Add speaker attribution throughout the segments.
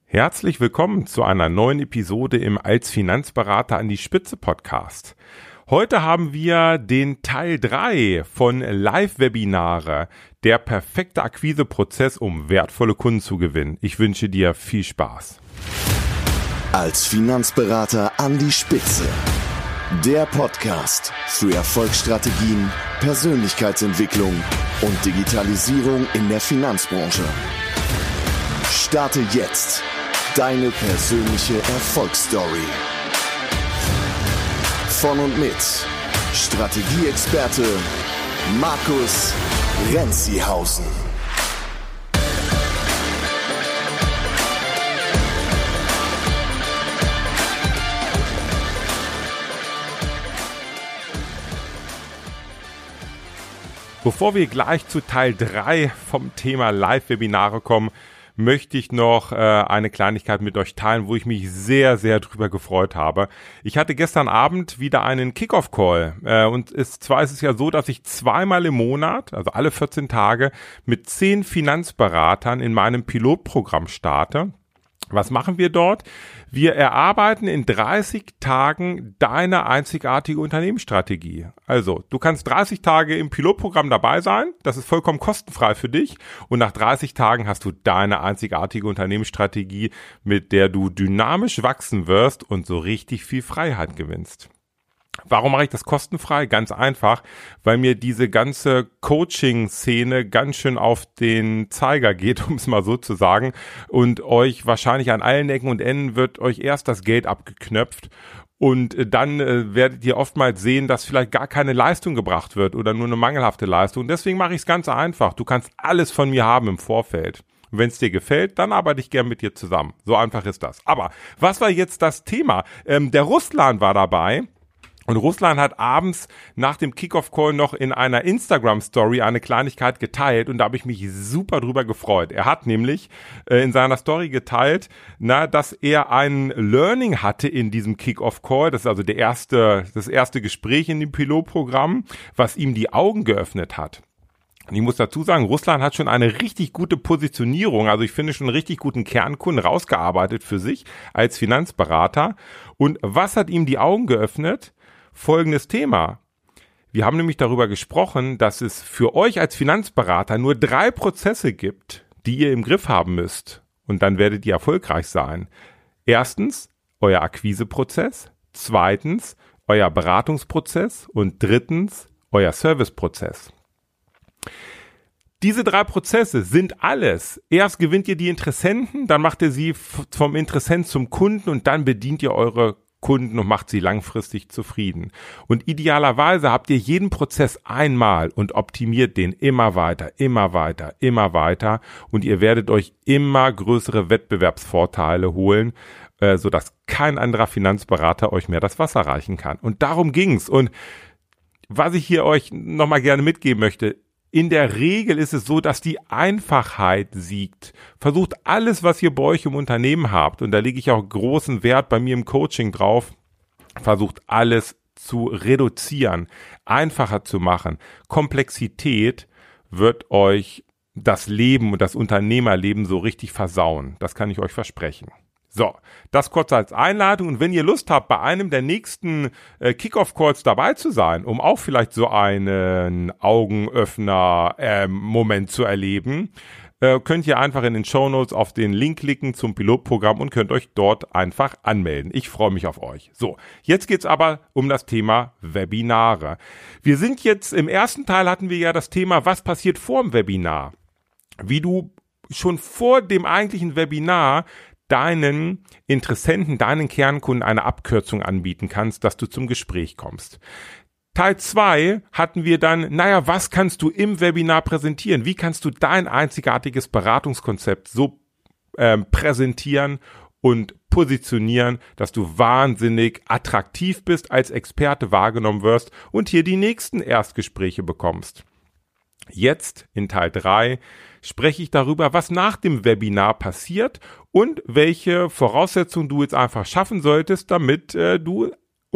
Speaker 1: Herzlich willkommen zu einer neuen Episode im Als Finanzberater an die Spitze Podcast. Heute haben wir den Teil 3 von Live-Webinare, der perfekte Akquiseprozess, um wertvolle Kunden zu gewinnen. Ich wünsche dir viel Spaß.
Speaker 2: Als Finanzberater an die Spitze. Der Podcast für Erfolgsstrategien, Persönlichkeitsentwicklung und Digitalisierung in der Finanzbranche. Starte jetzt deine persönliche Erfolgsstory. Von und mit Strategieexperte Markus Renzihausen.
Speaker 1: Bevor wir gleich zu Teil 3 vom Thema Live-Webinare kommen, möchte ich noch eine Kleinigkeit mit euch teilen, wo ich mich sehr, sehr drüber gefreut habe. Ich hatte gestern Abend wieder einen Kick-Off-Call und zwar ist es ja so, dass ich zweimal im Monat, also alle 14 Tage, mit 10 Finanzberatern in meinem Pilotprogramm starte. Was machen wir dort? Wir erarbeiten in 30 Tagen deine einzigartige Unternehmensstrategie. Also, du kannst 30 Tage im Pilotprogramm dabei sein, das ist vollkommen kostenfrei für dich und nach 30 Tagen hast du deine einzigartige Unternehmensstrategie, mit der du dynamisch wachsen wirst und so richtig viel Freiheit gewinnst. Warum mache ich das kostenfrei? Ganz einfach, weil mir diese ganze Coaching-Szene ganz schön auf den Zeiger geht, um es mal so zu sagen. Und euch wahrscheinlich an allen Ecken und Enden wird euch erst das Geld abgeknöpft. Und dann werdet ihr oftmals sehen, dass vielleicht gar keine Leistung gebracht wird oder nur eine mangelhafte Leistung. Deswegen mache ich es ganz einfach. Du kannst alles von mir haben im Vorfeld. Wenn es dir gefällt, dann arbeite ich gern mit dir zusammen. So einfach ist das. Aber was war jetzt das Thema? Der Ruslan war dabei. Und Ruslan hat abends nach dem Kick-Off-Call noch in einer Instagram-Story eine Kleinigkeit geteilt und da habe ich mich super drüber gefreut. Er hat nämlich in seiner Story geteilt, dass er ein Learning hatte in diesem Kick-Off-Call. Das ist also das erste Gespräch in dem Pilotprogramm, was ihm die Augen geöffnet hat. Und ich muss dazu sagen, Ruslan hat schon eine richtig gute Positionierung, also ich finde schon einen richtig guten Kernkunden rausgearbeitet für sich als Finanzberater. Und was hat ihm die Augen geöffnet? Folgendes Thema. Wir haben nämlich darüber gesprochen, dass es für euch als Finanzberater nur 3 Prozesse gibt, die ihr im Griff haben müsst. Und dann werdet ihr erfolgreich sein. Erstens, euer Akquiseprozess. Zweitens, euer Beratungsprozess. Und drittens, euer Serviceprozess. Diese 3 Prozesse sind alles. Erst gewinnt ihr die Interessenten, dann macht ihr sie vom Interessent zum Kunden und dann bedient ihr eure Kunden und macht sie langfristig zufrieden. Und idealerweise habt ihr jeden Prozess einmal und optimiert den immer weiter, immer weiter, immer weiter und ihr werdet euch immer größere Wettbewerbsvorteile holen, sodass kein anderer Finanzberater euch mehr das Wasser reichen kann. Und darum ging's. Und was ich hier euch nochmal gerne mitgeben möchte, in der Regel ist es so, dass die Einfachheit siegt. Versucht alles, was ihr bei euch im Unternehmen habt, und da lege ich auch großen Wert bei mir im Coaching drauf, versucht alles zu reduzieren, einfacher zu machen. Komplexität wird euch das Leben und das Unternehmerleben so richtig versauen. Das kann ich euch versprechen. So, das kurz als Einladung und wenn ihr Lust habt, bei einem der nächsten Kick-Off-Calls dabei zu sein, um auch vielleicht so einen Augenöffner-Moment zu erleben, könnt ihr einfach in den Shownotes auf den Link klicken zum Pilotprogramm und könnt euch dort einfach anmelden. Ich freue mich auf euch. So, jetzt geht's aber um das Thema Webinare. Wir sind jetzt, im ersten Teil hatten wir ja das Thema, was passiert vor dem Webinar? Wie du schon vor dem eigentlichen Webinar deinen Interessenten, deinen Kernkunden eine Abkürzung anbieten kannst, dass du zum Gespräch kommst. Teil 2 hatten wir dann, was kannst du im Webinar präsentieren? Wie kannst du dein einzigartiges Beratungskonzept so präsentieren und positionieren, dass du wahnsinnig attraktiv bist, als Experte wahrgenommen wirst und hier die nächsten Erstgespräche bekommst. Jetzt in Teil 3 spreche ich darüber, was nach dem Webinar passiert und welche Voraussetzungen du jetzt einfach schaffen solltest, damit du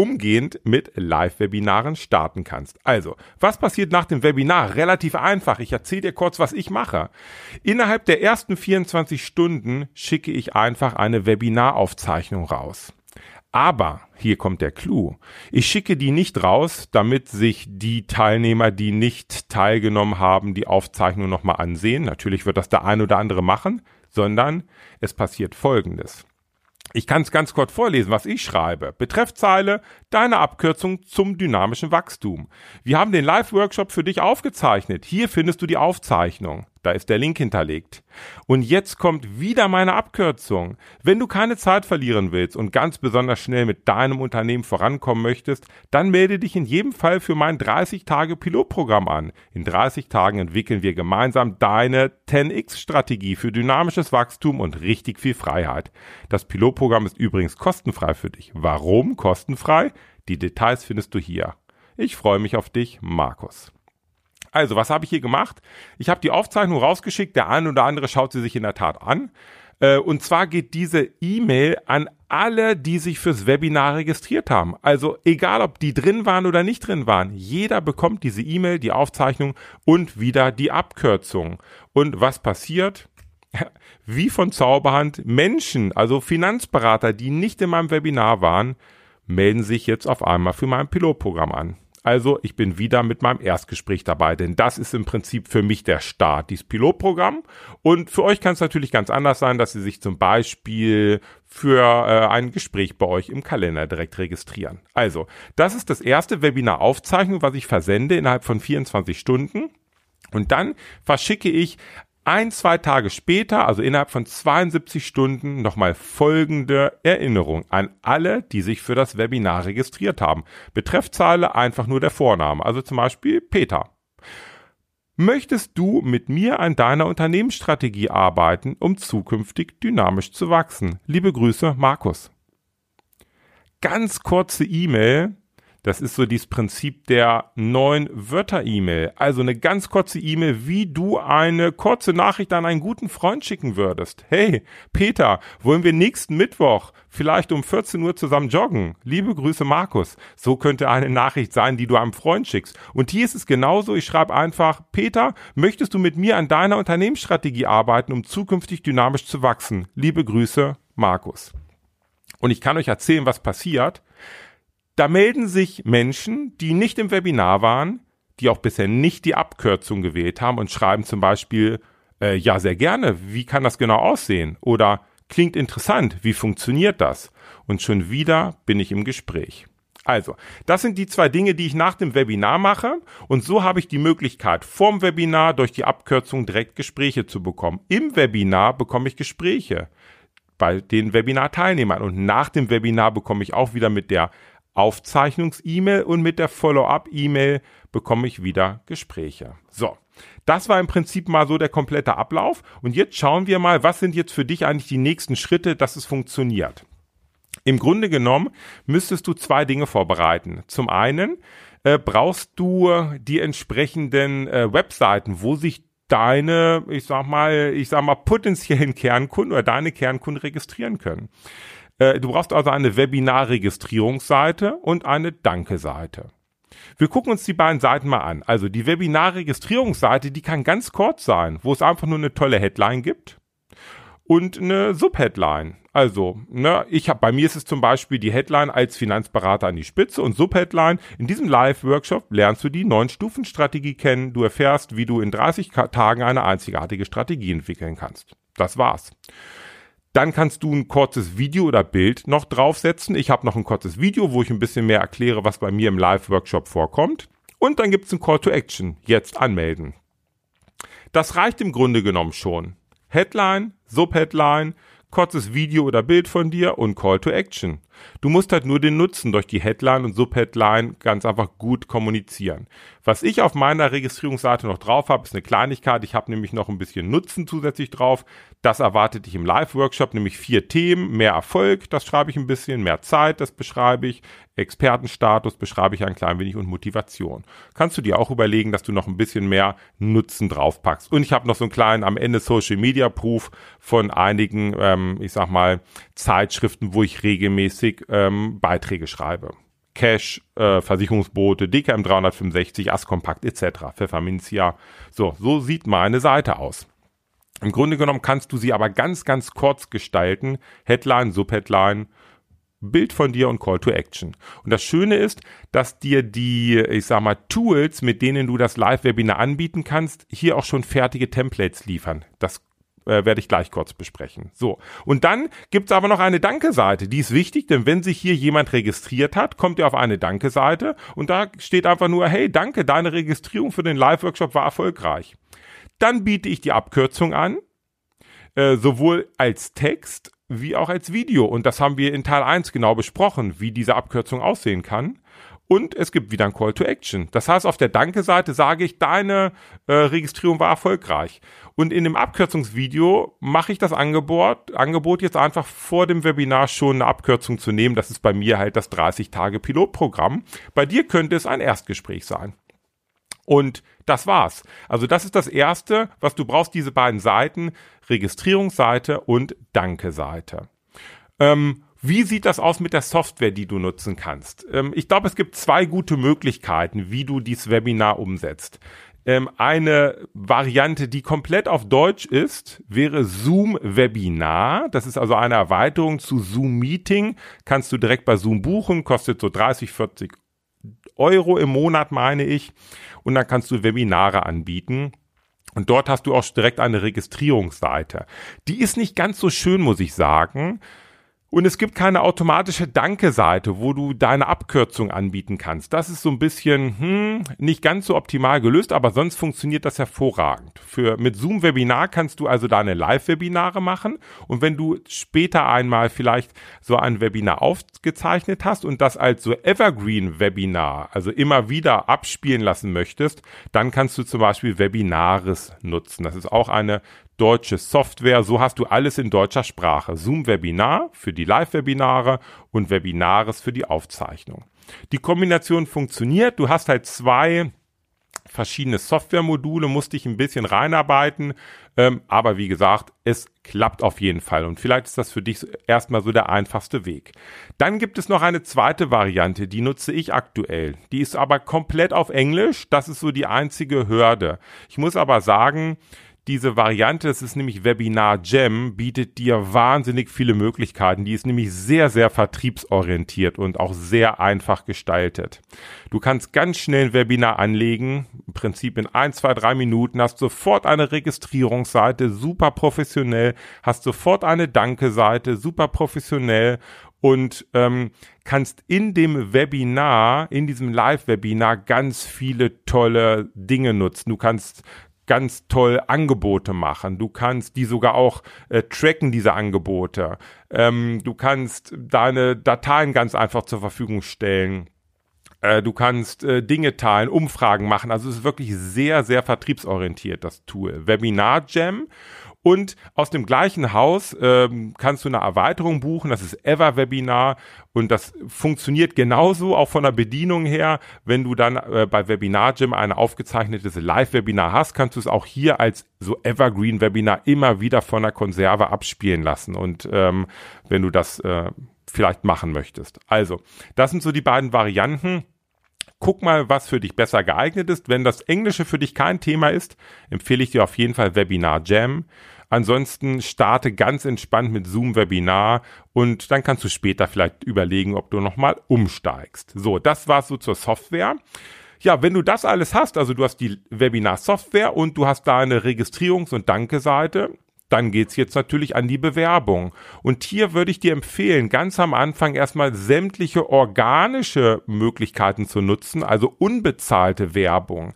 Speaker 1: umgehend mit Live-Webinaren starten kannst. Also, was passiert nach dem Webinar? Relativ einfach. Ich erzähle dir kurz, was ich mache. Innerhalb der ersten 24 Stunden schicke ich einfach eine Webinaraufzeichnung raus. Aber, hier kommt der Clou, ich schicke die nicht raus, damit sich die Teilnehmer, die nicht teilgenommen haben, die Aufzeichnung nochmal ansehen. Natürlich wird das der ein oder andere machen, sondern es passiert Folgendes. Ich kann es ganz kurz vorlesen, was ich schreibe. Betreffzeile, deine Abkürzung zum dynamischen Wachstum. Wir haben den Live-Workshop für dich aufgezeichnet. Hier findest du die Aufzeichnung. Da ist der Link hinterlegt. Und jetzt kommt wieder meine Abkürzung. Wenn du keine Zeit verlieren willst und ganz besonders schnell mit deinem Unternehmen vorankommen möchtest, dann melde dich in jedem Fall für mein 30-Tage-Pilotprogramm an. In 30 Tagen entwickeln wir gemeinsam deine 10x-Strategie für dynamisches Wachstum und richtig viel Freiheit. Das Pilotprogramm ist übrigens kostenfrei für dich. Warum kostenfrei? Die Details findest du hier. Ich freue mich auf dich, Markus. Also, was habe ich hier gemacht? Ich habe die Aufzeichnung rausgeschickt, der eine oder andere schaut sie sich in der Tat an. Und zwar geht diese E-Mail an alle, die sich fürs Webinar registriert haben. Also egal, ob die drin waren oder nicht drin waren, jeder bekommt diese E-Mail, die Aufzeichnung und wieder die Abkürzung. Und was passiert? Wie von Zauberhand, Menschen, also Finanzberater, die nicht in meinem Webinar waren, melden sich jetzt auf einmal für mein Pilotprogramm an. Also ich bin wieder mit meinem Erstgespräch dabei, denn das ist im Prinzip für mich der Start, dieses Pilotprogramm. Und für euch kann es natürlich ganz anders sein, dass Sie sich zum Beispiel für ein Gespräch bei euch im Kalender direkt registrieren. Also, das ist das erste Webinar-Aufzeichnung, was ich versende innerhalb von 24 Stunden. Und dann verschicke ich 1-2 Tage später, also innerhalb von 72 Stunden, nochmal folgende Erinnerung an alle, die sich für das Webinar registriert haben. Betreffzeile einfach nur der Vorname, also zum Beispiel Peter. Möchtest du mit mir an deiner Unternehmensstrategie arbeiten, um zukünftig dynamisch zu wachsen? Liebe Grüße, Markus. Ganz kurze E-Mail. Das ist so dieses Prinzip der 9-Wörter-E-Mail. Also eine ganz kurze E-Mail, wie du eine kurze Nachricht an einen guten Freund schicken würdest. Hey, Peter, wollen wir nächsten Mittwoch vielleicht um 14 Uhr zusammen joggen? Liebe Grüße, Markus. So könnte eine Nachricht sein, die du einem Freund schickst. Und hier ist es genauso. Ich schreibe einfach, Peter, möchtest du mit mir an deiner Unternehmensstrategie arbeiten, um zukünftig dynamisch zu wachsen? Liebe Grüße, Markus. Und ich kann euch erzählen, was passiert. Da melden sich Menschen, die nicht im Webinar waren, die auch bisher nicht die Abkürzung gewählt haben und schreiben zum Beispiel, ja, sehr gerne, wie kann das genau aussehen? Oder klingt interessant, wie funktioniert das? Und schon wieder bin ich im Gespräch. Also, das sind die 2 Dinge, die ich nach dem Webinar mache. Und so habe ich die Möglichkeit, vorm Webinar durch die Abkürzung direkt Gespräche zu bekommen. Im Webinar bekomme ich Gespräche bei den Webinar-Teilnehmern. Und nach dem Webinar bekomme ich auch wieder mit der Aufzeichnungs-E-Mail und mit der Follow-up-E-Mail bekomme ich wieder Gespräche. So, das war im Prinzip mal so der komplette Ablauf. Und jetzt schauen wir mal, was sind jetzt für dich eigentlich die nächsten Schritte, dass es funktioniert. Im Grunde genommen müsstest du 2 Dinge vorbereiten. Zum einen brauchst du die entsprechenden Webseiten, wo sich deine, ich sag mal, potenziellen Kernkunden oder deine Kernkunden registrieren können. Du brauchst also eine Webinar-Registrierungsseite und eine Danke-Seite. Wir gucken uns die beiden Seiten mal an. Also die Webinar-Registrierungsseite, die kann ganz kurz sein, wo es einfach nur eine tolle Headline gibt und eine Subheadline. Also, bei mir ist es zum Beispiel die Headline als Finanzberater an die Spitze und Subheadline. In diesem Live-Workshop lernst du die 9-Stufen-Strategie kennen. Du erfährst, wie du in 30 Tagen eine einzigartige Strategie entwickeln kannst. Das war's. Dann kannst du ein kurzes Video oder Bild noch draufsetzen. Ich habe noch ein kurzes Video, wo ich ein bisschen mehr erkläre, was bei mir im Live-Workshop vorkommt. Und dann gibt es ein Call to Action. Jetzt anmelden. Das reicht im Grunde genommen schon. Headline, Subheadline, kurzes Video oder Bild von dir und Call to Action. Du musst halt nur den Nutzen durch die Headline und Subheadline ganz einfach gut kommunizieren. Was ich auf meiner Registrierungsseite noch drauf habe, ist eine Kleinigkeit. Ich habe nämlich noch ein bisschen Nutzen zusätzlich drauf. Das erwartet dich im Live-Workshop, nämlich 4 Themen. Mehr Erfolg, das schreibe ich ein bisschen. Mehr Zeit, das beschreibe ich. Expertenstatus beschreibe ich ein klein wenig und Motivation. Kannst du dir auch überlegen, dass du noch ein bisschen mehr Nutzen draufpackst. Und ich habe noch so einen kleinen am Ende Social-Media-Proof von einigen, Zeitschriften, wo ich regelmäßig Beiträge schreibe. Cash, Versicherungsboote, DKM 365, Askompakt etc., Pfefferminzia. So sieht meine Seite aus. Im Grunde genommen kannst du sie aber ganz, ganz kurz gestalten. Headline, Subheadline, Bild von dir und Call to Action. Und das Schöne ist, dass dir die, Tools, mit denen du das Live-Webinar anbieten kannst, hier auch schon fertige Templates liefern. Das werde ich gleich kurz besprechen. So, und dann gibt's aber noch eine Danke-Seite. Die ist wichtig, denn wenn sich hier jemand registriert hat, kommt er auf eine Danke-Seite und da steht einfach nur, hey, danke, deine Registrierung für den Live-Workshop war erfolgreich. Dann biete ich die Abkürzung an, sowohl als Text wie auch als Video. Und das haben wir in Teil 1 genau besprochen, wie diese Abkürzung aussehen kann. Und es gibt wieder ein Call to Action. Das heißt, auf der Danke-Seite sage ich, deine Registrierung war erfolgreich. Und in dem Abkürzungsvideo mache ich das Angebot jetzt einfach vor dem Webinar schon eine Abkürzung zu nehmen. Das ist bei mir halt das 30-Tage-Pilotprogramm. Bei dir könnte es ein Erstgespräch sein. Und das war's. Also das ist das Erste, was du brauchst, diese beiden Seiten, Registrierungsseite und Danke-Seite. Wie sieht das aus mit der Software, die du nutzen kannst? Ich glaube, es gibt 2 gute Möglichkeiten, wie du dieses Webinar umsetzt. Eine Variante, die komplett auf Deutsch ist, wäre Zoom Webinar. Das ist also eine Erweiterung zu Zoom Meeting. Kannst du direkt bei Zoom buchen, kostet so 30, 40 Euro im Monat, meine ich. Und dann kannst du Webinare anbieten. Und dort hast du auch direkt eine Registrierungsseite. Die ist nicht ganz so schön, muss ich sagen. Und es gibt keine automatische Danke-Seite, wo du deine Abkürzung anbieten kannst. Das ist so ein bisschen nicht ganz so optimal gelöst, aber sonst funktioniert das hervorragend. Mit Zoom Webinar kannst du also deine Live-Webinare machen und wenn du später einmal vielleicht so ein Webinar aufgezeichnet hast und das als so Evergreen-Webinar, also immer wieder abspielen lassen möchtest, dann kannst du zum Beispiel Webinaris nutzen. Das ist auch eine deutsche Software, so hast du alles in deutscher Sprache. Zoom Webinar für die Live-Webinare und Webinaris für die Aufzeichnung. Die Kombination funktioniert, du hast halt 2 verschiedene Softwaremodule, musst dich ein bisschen reinarbeiten, aber wie gesagt, es klappt auf jeden Fall und vielleicht ist das für dich erstmal so der einfachste Weg. Dann gibt es noch eine zweite Variante, die nutze ich aktuell. Die ist aber komplett auf Englisch, das ist so die einzige Hürde. Ich muss aber sagen, diese Variante, das ist nämlich Webinar Jam, bietet dir wahnsinnig viele Möglichkeiten. Die ist nämlich sehr, sehr vertriebsorientiert und auch sehr einfach gestaltet. Du kannst ganz schnell ein Webinar anlegen, im Prinzip in 1, 2, 3 Minuten, hast sofort eine Registrierungsseite, super professionell, hast sofort eine Danke-Seite, super professionell und kannst in dem Webinar, in diesem Live-Webinar ganz viele tolle Dinge nutzen. Du kannst ganz toll Angebote machen. Du kannst die sogar auch tracken, diese Angebote. Du kannst deine Dateien ganz einfach zur Verfügung stellen. Du kannst Dinge teilen, Umfragen machen. Also es ist wirklich sehr, sehr vertriebsorientiert, das Tool. Webinar Jam. Und aus dem gleichen Haus kannst du eine Erweiterung buchen, das ist Everwebinar und das funktioniert genauso, auch von der Bedienung her. Wenn du dann bei Webinar Jam ein aufgezeichnetes Live-Webinar hast, kannst du es auch hier als so Evergreen-Webinar immer wieder von der Konserve abspielen lassen und wenn du das vielleicht machen möchtest. Also, das sind so die beiden Varianten. Guck mal, was für dich besser geeignet ist. Wenn das Englische für dich kein Thema ist, empfehle ich dir auf jeden Fall Webinar Jam. Ansonsten starte ganz entspannt mit Zoom Webinar und dann kannst du später vielleicht überlegen, ob du nochmal umsteigst. So, das war's so zur Software. Ja, wenn du das alles hast, also du hast die Webinar-Software und du hast da eine Registrierungs- und Danke-Seite, dann geht's jetzt natürlich an die Bewerbung. Und hier würde ich dir empfehlen, ganz am Anfang erstmal sämtliche organische Möglichkeiten zu nutzen, also unbezahlte Werbung.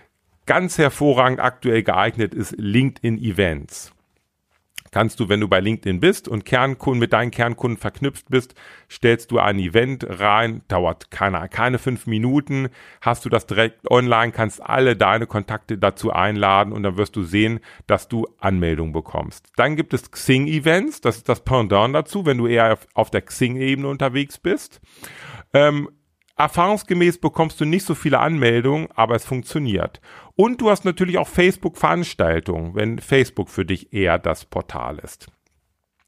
Speaker 1: Ganz hervorragend aktuell geeignet ist LinkedIn Events. Kannst du, wenn du bei LinkedIn bist und mit deinen Kernkunden verknüpft bist, stellst du ein Event rein, dauert keine 5 Minuten, hast du das direkt online, kannst alle deine Kontakte dazu einladen und dann wirst du sehen, dass du Anmeldung bekommst. Dann gibt es Xing-Events, das ist das Pendant dazu, wenn du eher auf der Xing-Ebene unterwegs bist. Erfahrungsgemäß bekommst du nicht so viele Anmeldungen, aber es funktioniert. Und du hast natürlich auch Facebook-Veranstaltungen, wenn Facebook für dich eher das Portal ist.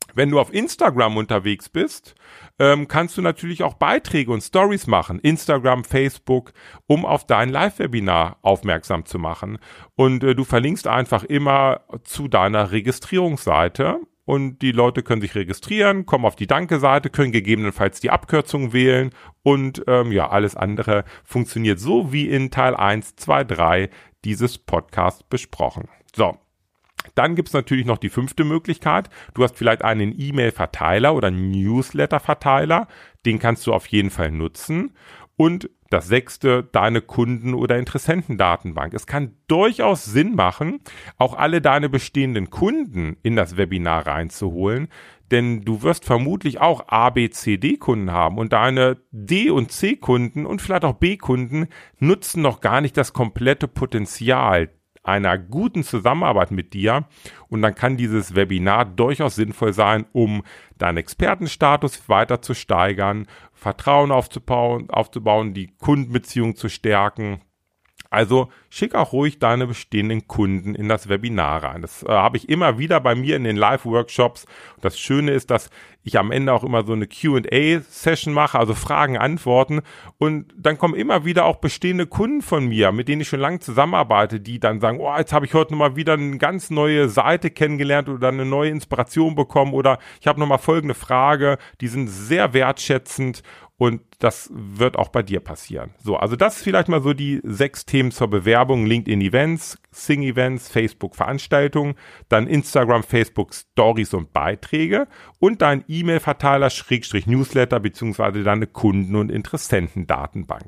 Speaker 1: Wenn du auf Instagram unterwegs bist, kannst du natürlich auch Beiträge und Stories machen, Instagram, Facebook, um auf dein Live-Webinar aufmerksam zu machen. Und du verlinkst einfach immer zu deiner Registrierungsseite und die Leute können sich registrieren, kommen auf die Danke-Seite, können gegebenenfalls die Abkürzung wählen und alles andere funktioniert so wie in Teil 1, 2, 3 dieses Podcasts besprochen. So. Dann gibt es natürlich noch die 5. Möglichkeit. Du hast vielleicht einen E-Mail-Verteiler oder Newsletter-Verteiler. Den kannst du auf jeden Fall nutzen. Und das 6. deine Kunden- oder Interessentendatenbank. Es kann durchaus Sinn machen, auch alle deine bestehenden Kunden in das Webinar reinzuholen. Denn du wirst vermutlich auch A, B, C, D-Kunden haben. Und deine D- und C-Kunden und vielleicht auch B-Kunden nutzen noch gar nicht das komplette Potenzial einer guten Zusammenarbeit mit dir und dann kann dieses Webinar durchaus sinnvoll sein, um deinen Expertenstatus weiter zu steigern, Vertrauen aufzubauen, die Kundenbeziehung zu stärken. Also schick auch ruhig deine bestehenden Kunden in das Webinar rein. Das habe ich immer wieder bei mir in den Live-Workshops. Das Schöne ist, dass ich am Ende auch immer so eine Q&A-Session mache, also Fragen, Antworten. Und dann kommen immer wieder auch bestehende Kunden von mir, mit denen ich schon lange zusammenarbeite, die dann sagen, oh, jetzt habe ich heute nochmal wieder eine ganz neue Seite kennengelernt oder eine neue Inspiration bekommen oder ich habe nochmal folgende Frage. Die sind sehr wertschätzend. Und das wird auch bei dir passieren. So, also das ist vielleicht mal so die 6 Themen zur Bewerbung. LinkedIn Events, Xing Events, Facebook Veranstaltungen, dann Instagram, Facebook Stories und Beiträge und dein E-Mail-Verteiler / Newsletter beziehungsweise deine Kunden- und Interessentendatenbank.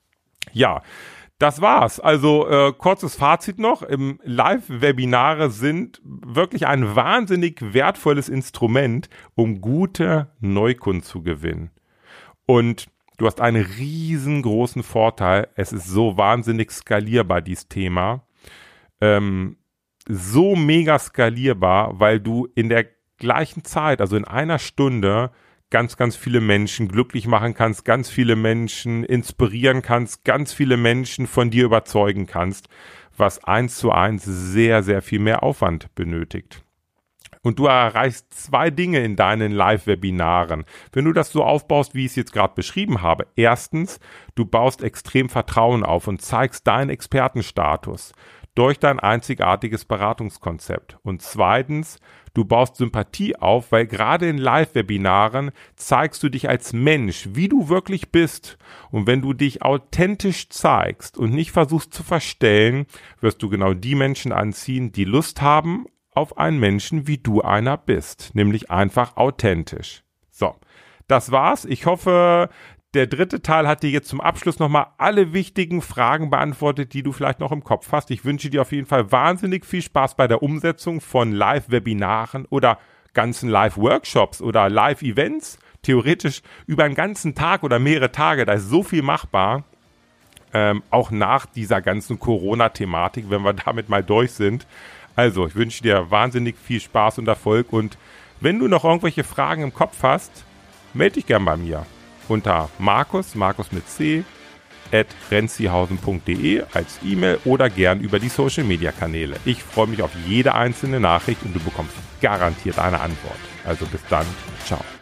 Speaker 1: Ja, das war's. Also kurzes Fazit noch. Live-Webinare sind wirklich ein wahnsinnig wertvolles Instrument, um gute Neukunden zu gewinnen. Und du hast einen riesengroßen Vorteil. Es ist so wahnsinnig skalierbar, dieses Thema. So mega skalierbar, weil du in der gleichen Zeit, also in einer Stunde, ganz, ganz viele Menschen glücklich machen kannst, ganz viele Menschen inspirieren kannst, ganz viele Menschen von dir überzeugen kannst, was 1:1 sehr, sehr viel mehr Aufwand benötigt. Und du erreichst 2 Dinge in deinen Live-Webinaren. Wenn du das so aufbaust, wie ich es jetzt gerade beschrieben habe. Erstens, du baust extrem Vertrauen auf und zeigst deinen Expertenstatus durch dein einzigartiges Beratungskonzept. Und zweitens, du baust Sympathie auf, weil gerade in Live-Webinaren zeigst du dich als Mensch, wie du wirklich bist. Und wenn du dich authentisch zeigst und nicht versuchst zu verstellen, wirst du genau die Menschen anziehen, die Lust haben auf einen Menschen, wie du einer bist, nämlich einfach authentisch. So, das war's. Ich hoffe, der 3. Teil hat dir jetzt zum Abschluss nochmal alle wichtigen Fragen beantwortet, die du vielleicht noch im Kopf hast. Ich wünsche dir auf jeden Fall wahnsinnig viel Spaß bei der Umsetzung von Live-Webinaren oder ganzen Live-Workshops oder Live-Events. Theoretisch über einen ganzen Tag oder mehrere Tage, da ist so viel machbar. Auch nach dieser ganzen Corona-Thematik, wenn wir damit mal durch sind. Also, ich wünsche dir wahnsinnig viel Spaß und Erfolg und wenn du noch irgendwelche Fragen im Kopf hast, melde dich gern bei mir unter Markus mit C, @renzihausen.de als E-Mail oder gern über die Social-Media-Kanäle. Ich freue mich auf jede einzelne Nachricht und du bekommst garantiert eine Antwort. Also bis dann, ciao.